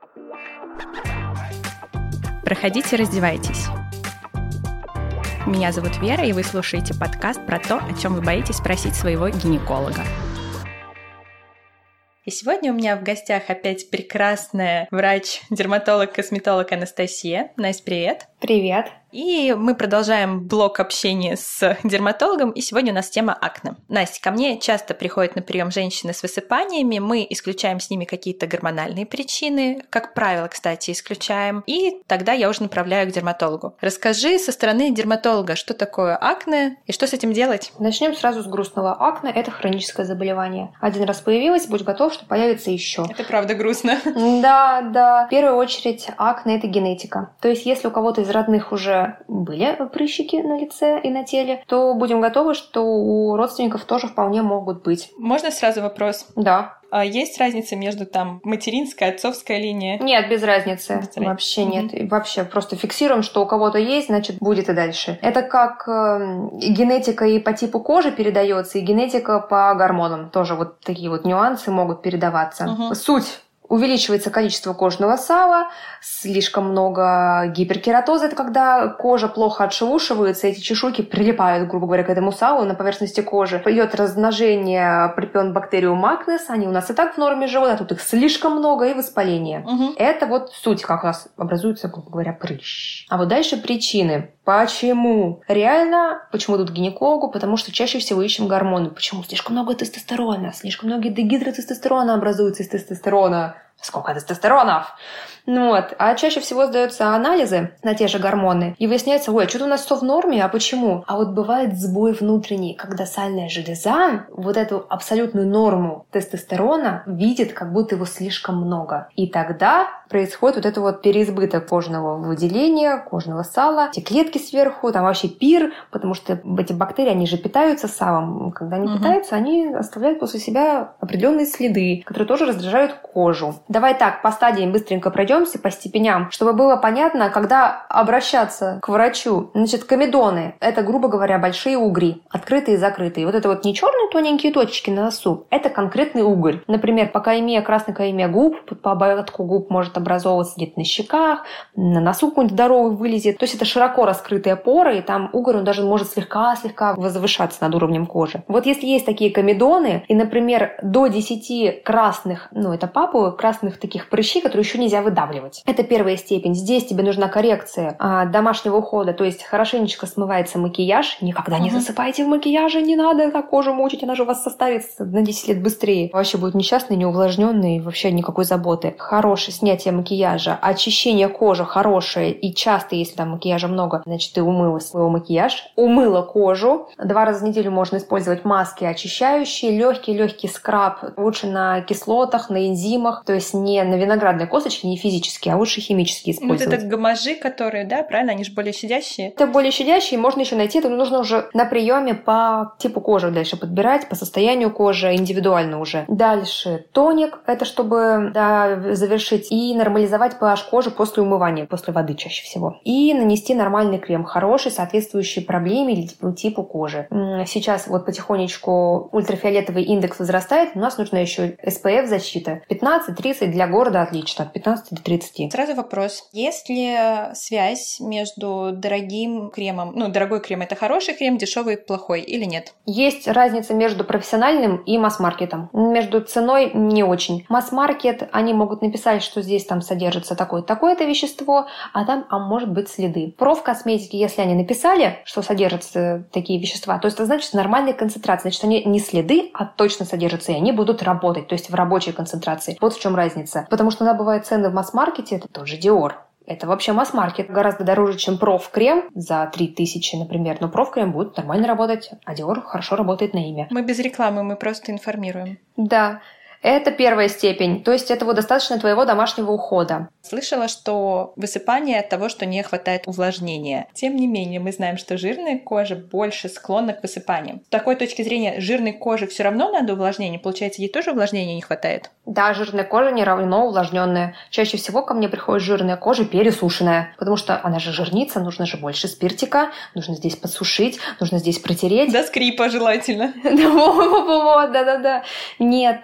Проходите, раздевайтесь. Меня зовут Вера, и вы слушаете подкаст про то, о чем вы боитесь спросить своего гинеколога. И сегодня у меня в гостях опять прекрасная врач-дерматолог, косметолог Анастасия. Настя, привет! Привет! И мы продолжаем блок общения с дерматологом, и сегодня у нас тема акне. Настя, ко мне часто приходят на прием женщины с высыпаниями, мы исключаем с ними какие-то гормональные причины, как правило, кстати, исключаем, и тогда я уже направляю к дерматологу. Расскажи со стороны дерматолога, что такое акне и что с этим делать? Начнем сразу с грустного. Акне – это хроническое заболевание. Один раз появилось, будь готов, что появится еще. Это правда грустно. Да. В первую очередь акне – это генетика. То есть если у кого-то из родных уже были прыщики на лице и на теле, то будем готовы, что у родственников тоже вполне могут быть. Можно сразу вопрос? Да. А есть разница между материнской, отцовской линией? Нет, без разницы. Вообще нет. И вообще просто фиксируем, что у кого-то есть, значит, будет и дальше. Это как генетика и по типу кожи передается, и генетика по гормонам. Тоже вот такие вот нюансы могут передаваться. Суть. Увеличивается количество кожного сала, слишком много гиперкератоза. Это когда кожа плохо отшелушивается, эти чешуйки прилипают, грубо говоря, к этому салу на поверхности кожи. Идет размножение Propionibacterium acnes, они у нас и так в норме живут, а тут их слишком много, и воспаление. Это вот суть, как у нас образуется, грубо говоря, прыщ. А вот дальше причины. Почему? Реально, почему тут к гинекологу? Потому что чаще всего ищем гормоны. Почему? Слишком много тестостерона, слишком много дегидротестостерона образуется из тестостерона. Сколько тестостеронов? А чаще всего сдаются анализы на те же гормоны, и выясняется, что-то у нас все в норме, а почему? А вот бывает сбой внутренний, когда сальная железа вот эту абсолютную норму тестостерона видит, как будто его слишком много. И тогда происходит вот это вот переизбыток кожного выделения, кожного сала, эти клетки сверху, там вообще пир, потому что эти бактерии, они же питаются салом. Когда они питаются, они оставляют после себя определенные следы, которые тоже раздражают кожу. Давай так, по стадиям быстренько пройдемся, по степеням, чтобы было понятно, когда обращаться к врачу. Значит, комедоны – это, грубо говоря, большие угри, открытые и закрытые. Вот это вот не черные тоненькие точечки на носу, это конкретный угорь. Например, по каймия, красной каймия губ, по ободку губ может образовываться где-то на щеках, на носу какой-нибудь здоровый вылезет. То есть это широко раскрытые поры, и там угорь, он даже может слегка возвышаться над уровнем кожи. Вот если есть такие комедоны, и, например, до 10 красных, это папулы, красных таких прыщей, которые еще нельзя выдавливать. Это первая степень. Здесь тебе нужна коррекция домашнего ухода, то есть хорошенечко смывается макияж. Никогда не засыпайте в макияже, не надо так кожу мучить, она же у вас состарится на 10 лет быстрее. Вообще будет несчастный, неувлажненный, вообще никакой заботы. Хорошее снятие макияжа, очищение кожи хорошее и часто, если там макияжа много, значит, ты умыла свой макияж, умыла кожу. 2 раза в неделю можно использовать маски очищающие, легкий скраб, лучше на кислотах, на энзимах, то есть не на виноградной косточке, не физические, а лучше химические использовать. Вот это гамажи, которые, да, правильно, они же более щадящие. Это более щадящие, можно еще найти, это нужно уже на приеме по типу кожи дальше подбирать, по состоянию кожи, индивидуально уже. Дальше тоник, это чтобы завершить и нормализовать pH кожи после умывания, после воды чаще всего. И нанести нормальный крем, хороший, соответствующий проблеме или типу кожи. Сейчас вот потихонечку ультрафиолетовый индекс возрастает, у нас нужна еще SPF защита. 15-30 для города отлично, от 15 до 30. Сразу вопрос. Есть ли связь между дорогим кремом, дорогой крем — это хороший крем, дешевый — плохой, или нет? Есть разница между профессиональным и масс-маркетом. Между ценой не очень. Масс-маркет, они могут написать, что здесь там содержится такое-то вещество, а там может быть следы. Профкосметики, если они написали, что содержатся такие вещества, то это значит нормальная концентрация. Значит, они не следы, а точно содержатся, и они будут работать, то есть в рабочей концентрации. Вот в чем разница. Потому что иногда бывают цены в масс-маркете, это тот же Dior. Это вообще масс-маркет. Гораздо дороже, чем проф-крем за 3000, например. Но проф-крем будет нормально работать, а Dior хорошо работает на имя. Мы без рекламы, мы просто информируем. Да. Это первая степень, то есть этого достаточно твоего домашнего ухода. Слышала, что высыпание от того, что не хватает увлажнения. Тем не менее, мы знаем, что жирная кожа больше склонна к высыпаниям. С такой точки зрения, жирной коже все равно надо увлажнение? Получается, ей тоже увлажнения не хватает? Да, жирная кожа не равно увлажненная. Чаще всего ко мне приходит жирная кожа пересушенная, потому что она же жирнится, нужно же больше спиртика, нужно здесь подсушить, нужно здесь протереть. До скрипа желательно. Да. Нет, жирная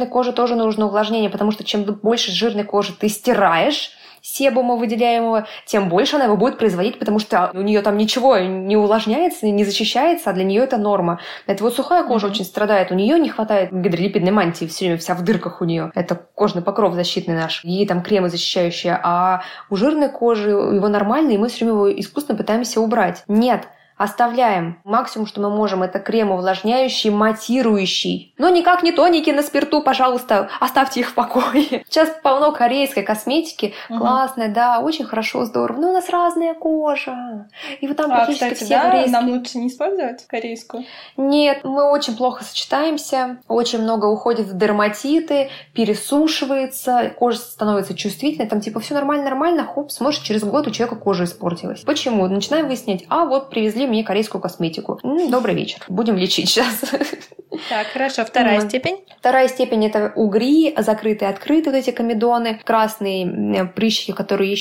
жирной коже тоже нужно увлажнение, потому что чем больше жирной кожи ты стираешь, себума выделяемого, тем больше она его будет производить, потому что у нее там ничего не увлажняется, не защищается, а для нее это норма. Это вот сухая кожа очень страдает, у нее не хватает гидролипидной мантии, все время вся в дырках у нее. Это кожный покров защитный наш, ей там кремы защищающие, а у жирной кожи его нормальный, и мы все время его искусственно пытаемся убрать. Нет. Оставляем. Максимум, что мы можем, это крем увлажняющий, матирующий. Но никак не тоники на спирту, пожалуйста, оставьте их в покое. Сейчас полно корейской косметики. Классная, да, очень хорошо, здорово. Но у нас разная кожа. И вот там практически кстати, все корейские. Нам лучше не использовать корейскую? Нет, мы очень плохо сочетаемся. Очень много уходит в дерматиты, пересушивается, кожа становится чувствительной. Там типа все нормально, хоп, смотришь, через год у человека кожа испортилась. Почему? Начинаем выяснять, вот привезли мне корейскую косметику. Добрый вечер. Будем лечить сейчас. Так, хорошо. Вторая степень? Вторая степень – это угри, закрытые, открытые вот эти комедоны, красные прыщики, которые их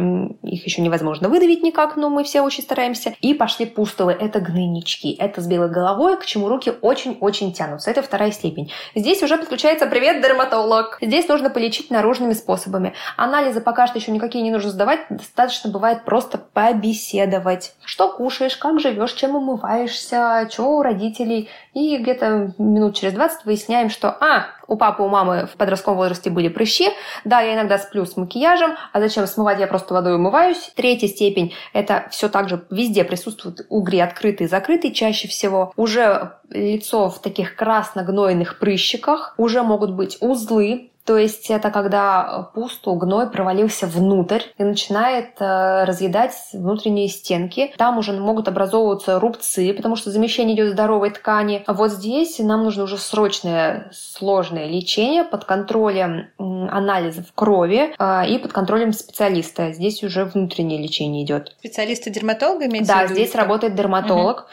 еще невозможно выдавить никак, но мы все очень стараемся. И пошли пустулы. Это гнойнички. Это с белой головой, к чему руки очень-очень тянутся. Это вторая степень. Здесь уже подключается «Привет, дерматолог». Здесь нужно полечить наружными способами. Анализы пока что еще никакие не нужно сдавать. Достаточно бывает просто побеседовать. Что кушаешь, как живешь, чем умываешься, что у родителей. И где-то минут через 20 выясняем, что у папы, у мамы в подростковом возрасте были прыщи. Да, я иногда сплю с макияжем. А зачем смывать? Я просто водой умываюсь. Третья степень – это все так же везде присутствуют угри открытые и закрытые чаще всего. Уже лицо в таких красно-гнойных прыщиках. Уже могут быть узлы. То есть это когда пустул, гной провалился внутрь и начинает разъедать внутренние стенки. Там уже могут образовываться рубцы, потому что замещение идет здоровой ткани. А вот здесь нам нужно уже срочное сложное лечение под контролем анализов крови и под контролем специалиста. Здесь уже внутреннее лечение идет. Специалиста-дерматолога имеется в виду? Да, здесь работает дерматолог.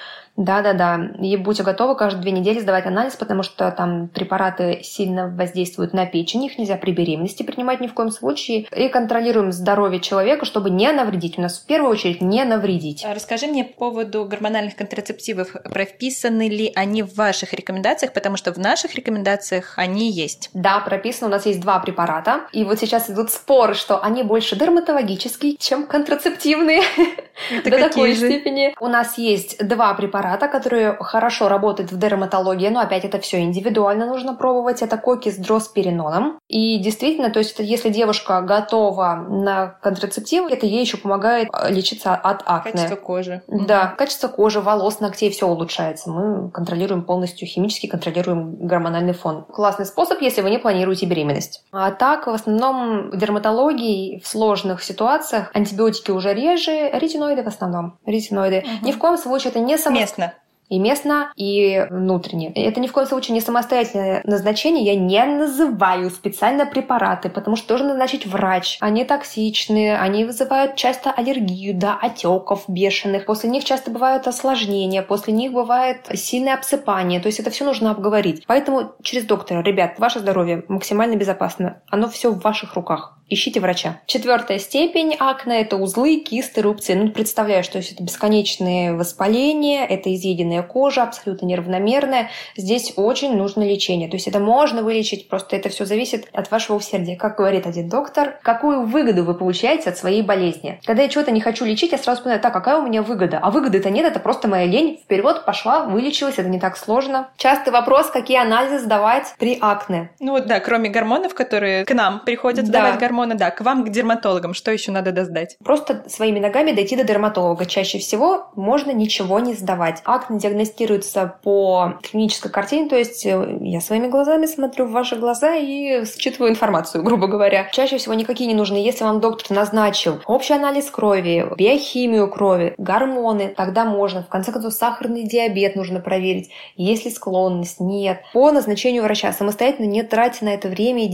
Да. И будьте готовы каждые 2 недели сдавать анализ, потому что там препараты сильно воздействуют на печень, их нельзя при беременности принимать ни в коем случае. И контролируем здоровье человека, чтобы не навредить. У нас в первую очередь не навредить. Расскажи мне по поводу гормональных контрацептивов. Прописаны ли они в ваших рекомендациях? Потому что в наших рекомендациях они есть. Да, прописано. У нас есть 2 препарата. И вот сейчас идут споры, что они больше дерматологические, чем контрацептивные. Это до такой же степени. У нас есть 2 препарата, которые хорошо работают в дерматологии, но опять это все индивидуально нужно пробовать. Это коки с дроспериноном. И действительно, то есть если девушка готова на контрацептивы, это ей еще помогает лечиться от акне. Качество кожи. Да, качество кожи, волос, ногтей, все улучшается. Мы контролируем полностью, химически контролируем гормональный фон. Классный способ, если вы не планируете беременность. А так, в основном в дерматологии в сложных ситуациях антибиотики уже реже, ретиноиды в основном. Ретиноиды. Ни в коем случае это не местно. И местно, и внутренне. Это ни в коем случае не самостоятельное назначение. Я не называю специально препараты, потому что должен назначить врач. Они токсичные, они вызывают часто аллергию, отеков бешеных. После них часто бывают осложнения, после них бывает сильное обсыпание. То есть это все нужно обговорить. Поэтому через доктора, ребят, ваше здоровье максимально безопасно. Оно все в ваших руках. Ищите врача. 4 степень акне – это узлы, кисты, рубцы. Представляю, что это бесконечные воспаления, это изъеденная кожа, абсолютно неравномерная. Здесь очень нужно лечение. То есть это можно вылечить, просто это все зависит от вашего усердия. Как говорит один доктор, какую выгоду вы получаете от своей болезни? Когда я чего-то не хочу лечить, я сразу вспоминаю, какая у меня выгода? А выгоды-то нет, это просто моя лень. Вперед, пошла, вылечилась, это не так сложно. Частый вопрос, какие анализы сдавать при акне. Кроме гормонов, которые к нам приходят сдавать гормоны, к вам, к дерматологам, что еще надо досдать? Просто своими ногами дойти до дерматолога. Чаще всего можно ничего не сдавать. Акне диагностируется по клинической картине, то есть я своими глазами смотрю в ваши глаза и считываю информацию, грубо говоря. Чаще всего никакие не нужны. Если вам доктор назначил общий анализ крови, биохимию крови, гормоны, тогда можно. В конце концов, сахарный диабет нужно проверить. Есть ли склонность? Нет. По назначению врача. Самостоятельно не тратьте на это время и деньги.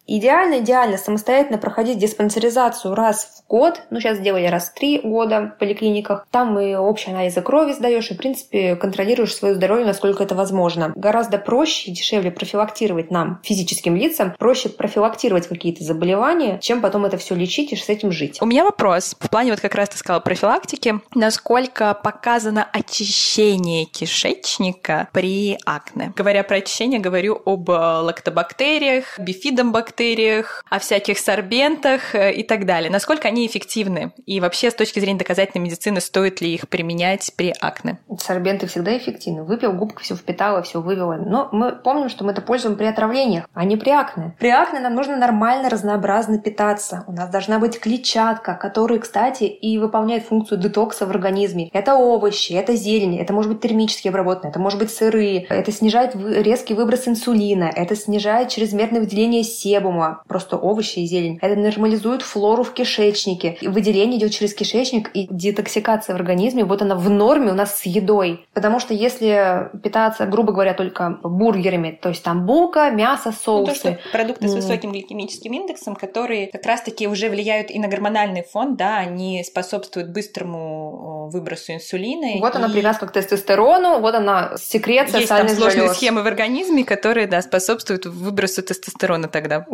Идеально самостоятельно проходить диспансеризацию раз в год. Сейчас сделали раз в 3 года в поликлиниках. Там и общие анализы крови сдаешь, и, в принципе, контролируешь свое здоровье, насколько это возможно. Гораздо проще и дешевле профилактировать нам, физическим лицам, проще профилактировать какие-то заболевания, чем потом это все лечить и с этим жить. У меня вопрос. В плане, как раз ты сказала, профилактики. Насколько показано очищение кишечника при акне? Говоря про очищение, говорю об лактобактериях, бифидобактериях, о всяких сорбентах и так далее. Насколько они эффективны? И вообще, с точки зрения доказательной медицины, стоит ли их применять при акне? Сорбенты всегда эффективны. Выпил, губка все впитала, все вывела. Но мы помним, что мы это пользуем при отравлениях, а не при акне. При акне нам нужно нормально, разнообразно питаться. У нас должна быть клетчатка, которая, кстати, и выполняет функцию детокса в организме. Это овощи, это зелень, это может быть термически обработанные, это может быть сырые. Это снижает резкий выброс инсулина, это снижает чрезмерное выделение себума. Просто овощи и зелень. Это нормализует флору в кишечнике. Выделение идет через кишечник, и детоксикация в организме, вот она в норме у нас с едой. Потому что если питаться, грубо говоря, только бургерами, то есть там булка, мясо, соусы. То, что продукты с высоким гликемическим индексом, которые как раз-таки уже влияют и на гормональный фон, да, они способствуют быстрому выбросу инсулина. Вот она привязка к тестостерону, вот она секреция есть сальных там сложные желез. Схемы в организме, которые, да, способствуют выбросу тестостерона тогда.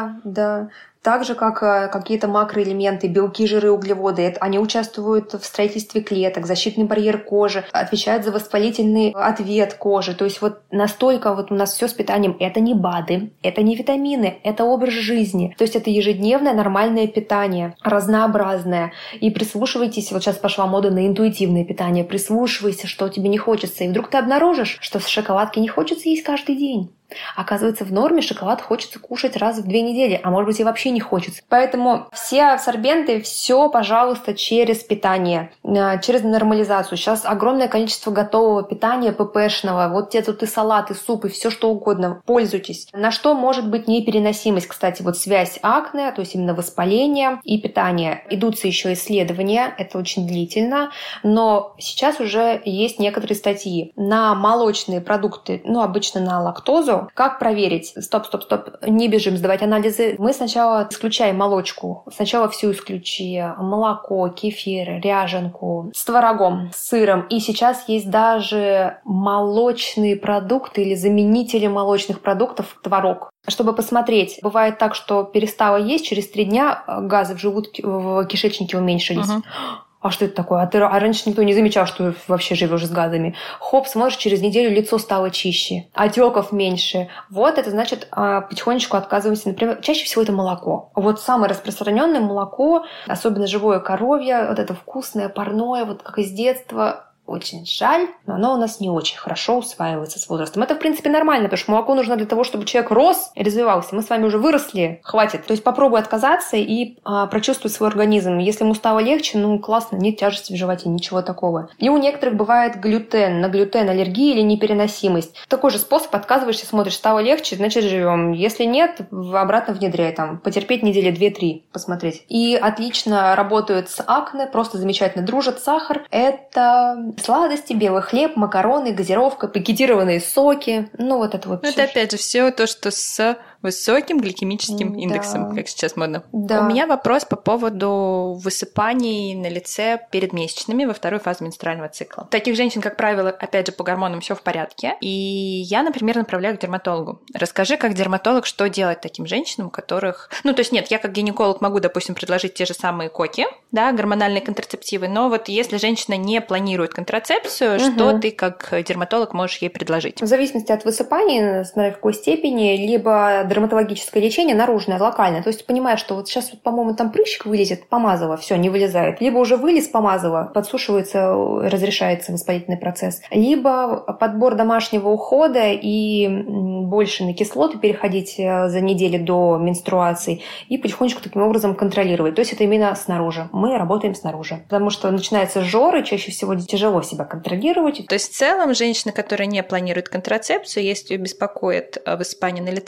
Да. Так же, как какие-то макроэлементы, белки, жиры, углеводы, они участвуют в строительстве клеток, защитный барьер кожи, отвечают за воспалительный ответ кожи. То есть вот настолько вот у нас все с питанием. Это не БАДы, это не витамины, это образ жизни. То есть это ежедневное нормальное питание, разнообразное. И прислушивайтесь, вот сейчас пошла мода на интуитивное питание, прислушивайся, что тебе не хочется. И вдруг ты обнаружишь, что шоколадки не хочется есть каждый день. Оказывается, в норме шоколад хочется кушать раз в 2 недели, а может быть и вообще не хочется. Поэтому все абсорбенты, все, пожалуйста, через питание, через нормализацию. Сейчас огромное количество готового питания ППшного, вот те тут и салаты, супы, все что угодно. Пользуйтесь. На что может быть непереносимость, кстати, вот связь акне, то есть именно воспаления и питания. Идутся еще исследования, это очень длительно, но сейчас уже есть некоторые статьи на молочные продукты, обычно на лактозу. Как проверить? Стоп, не бежим сдавать анализы. Мы сначала исключаем молочку. Сначала всю исключи. Молоко, кефир, ряженку с творогом, с сыром. И сейчас есть даже молочные продукты или заменители молочных продуктов творог. Чтобы посмотреть, бывает так, что перестала есть, через 3 дня газы в желудке, в кишечнике уменьшились. А что это такое? А раньше никто не замечал, что вообще живешь с газами. Хоп, смотришь, через неделю лицо стало чище, отеков меньше. Вот это значит, потихонечку отказываемся. Например, чаще всего это молоко. Вот самое распространенное молоко, особенно живое коровье, вот это вкусное, парное, вот как из детства. Очень жаль, но оно у нас не очень хорошо усваивается с возрастом. Это, в принципе, нормально, потому что молоко нужно для того, чтобы человек рос и развивался. Мы с вами уже выросли, хватит. То есть попробуй отказаться и прочувствуй свой организм. Если ему стало легче, классно, нет тяжести в животе, ничего такого. И у некоторых бывает глютен, на глютен аллергия или непереносимость. Такой же способ, отказываешься, смотришь, стало легче, значит живем. Если нет, обратно внедряй, потерпеть недели 2-3, посмотреть. И отлично работают с акне, просто замечательно дружат. Сахар – это сладости, белый хлеб, макароны, газировка, пакетированные соки. Вот это вот. Это опять же все то, что с высоким гликемическим индексом, как сейчас модно. Да. У меня вопрос по поводу высыпаний на лице перед месячными во второй фазе менструального цикла. У таких женщин, как правило, опять же, по гормонам все в порядке. И я, например, направляю к дерматологу. Расскажи, как дерматолог, что делать таким женщинам, у которых... я как гинеколог могу, допустим, предложить те же самые коки, да, гормональные контрацептивы, но вот если женщина не планирует контрацепцию, что ты как дерматолог можешь ей предложить? В зависимости от высыпаний, смотря в какой степени, либо дерматологическое лечение наружное, локальное. То есть понимаешь, что вот сейчас, по-моему, там прыщик вылезет, помазала, все, не вылезает. Либо уже вылез, помазала, подсушивается, разрешается воспалительный процесс. Либо подбор домашнего ухода и больше на кислоты переходить за неделю до менструации и потихонечку таким образом контролировать. То есть это именно снаружи. Мы работаем снаружи. Потому что начинается жор, и чаще всего тяжело себя контролировать. То есть в целом женщина, которая не планирует контрацепцию, если ее беспокоит высыпание на лице,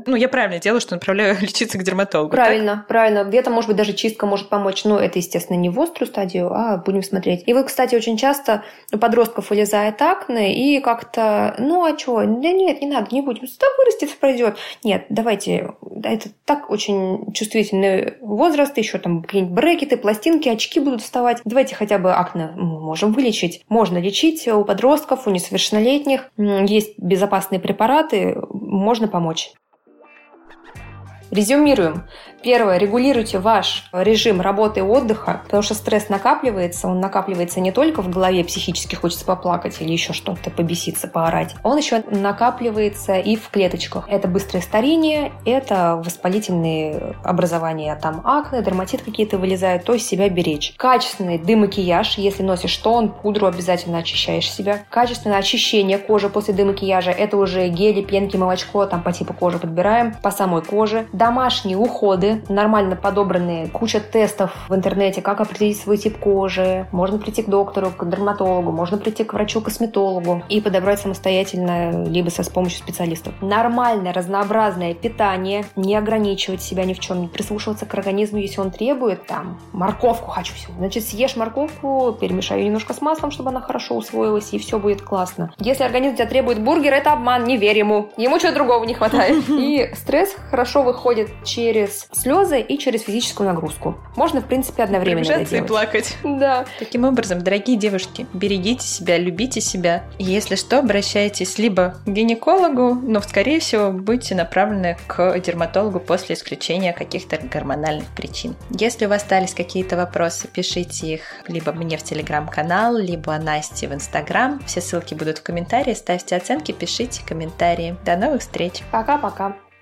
Я правильно делаю, что направляю лечиться к дерматологу. Правильно. Где-то, может быть, даже чистка может помочь. Но это, естественно, не в острую стадию, а будем смотреть. И вот, кстати, очень часто у подростков вылезает акне, и как-то, а что? Да нет, не надо, не будем. Да вырастет, пройдет. Нет, давайте. Это так очень чувствительный возраст, еще там какие-нибудь брекеты, пластинки, очки будут вставать. Давайте хотя бы акне можем вылечить. Можно лечить у подростков, у несовершеннолетних. Есть безопасные препараты, можно помочь. Резюмируем. Первое. Регулируйте ваш режим работы и отдыха, потому что стресс накапливается. Он накапливается не только в голове, психически хочется поплакать или еще что-то, побеситься, поорать. Он еще накапливается и в клеточках. Это быстрое старение, это воспалительные образования, там акне, дерматит какие-то вылезают, то есть себя беречь. Качественный демакияж, если носишь тон, пудру, обязательно очищаешь себя. Качественное очищение кожи после демакияжа, это уже гели, пенки, молочко, там по типу кожи подбираем, по самой коже. Домашние уходы, нормально подобранные, куча тестов в интернете, как определить свой тип кожи. Можно прийти к доктору, к дерматологу, можно прийти к врачу-косметологу и подобрать самостоятельно, либо с помощью специалистов. Нормальное, разнообразное питание, не ограничивать себя ни в чем, не прислушиваться к организму, если он требует, там, морковку хочу, значит, съешь морковку, перемешай ее немножко с маслом, чтобы она хорошо усвоилась, и все будет классно. Если организм тебя требует бургер, это обман, не верь ему. Ему чего-то другого не хватает. И стресс хорошо выходит через слезы и через физическую нагрузку. Можно, в принципе, одновременно это делать. И плакать. Да. Таким образом, дорогие девушки, берегите себя, любите себя. И если что, обращайтесь либо к гинекологу, но, скорее всего, будьте направлены к дерматологу после исключения каких-то гормональных причин. Если у вас остались какие-то вопросы, пишите их либо мне в Телеграм-канал, либо Насте в Инстаграм. Все ссылки будут в комментарии. Ставьте оценки, пишите комментарии. До новых встреч. Пока-пока.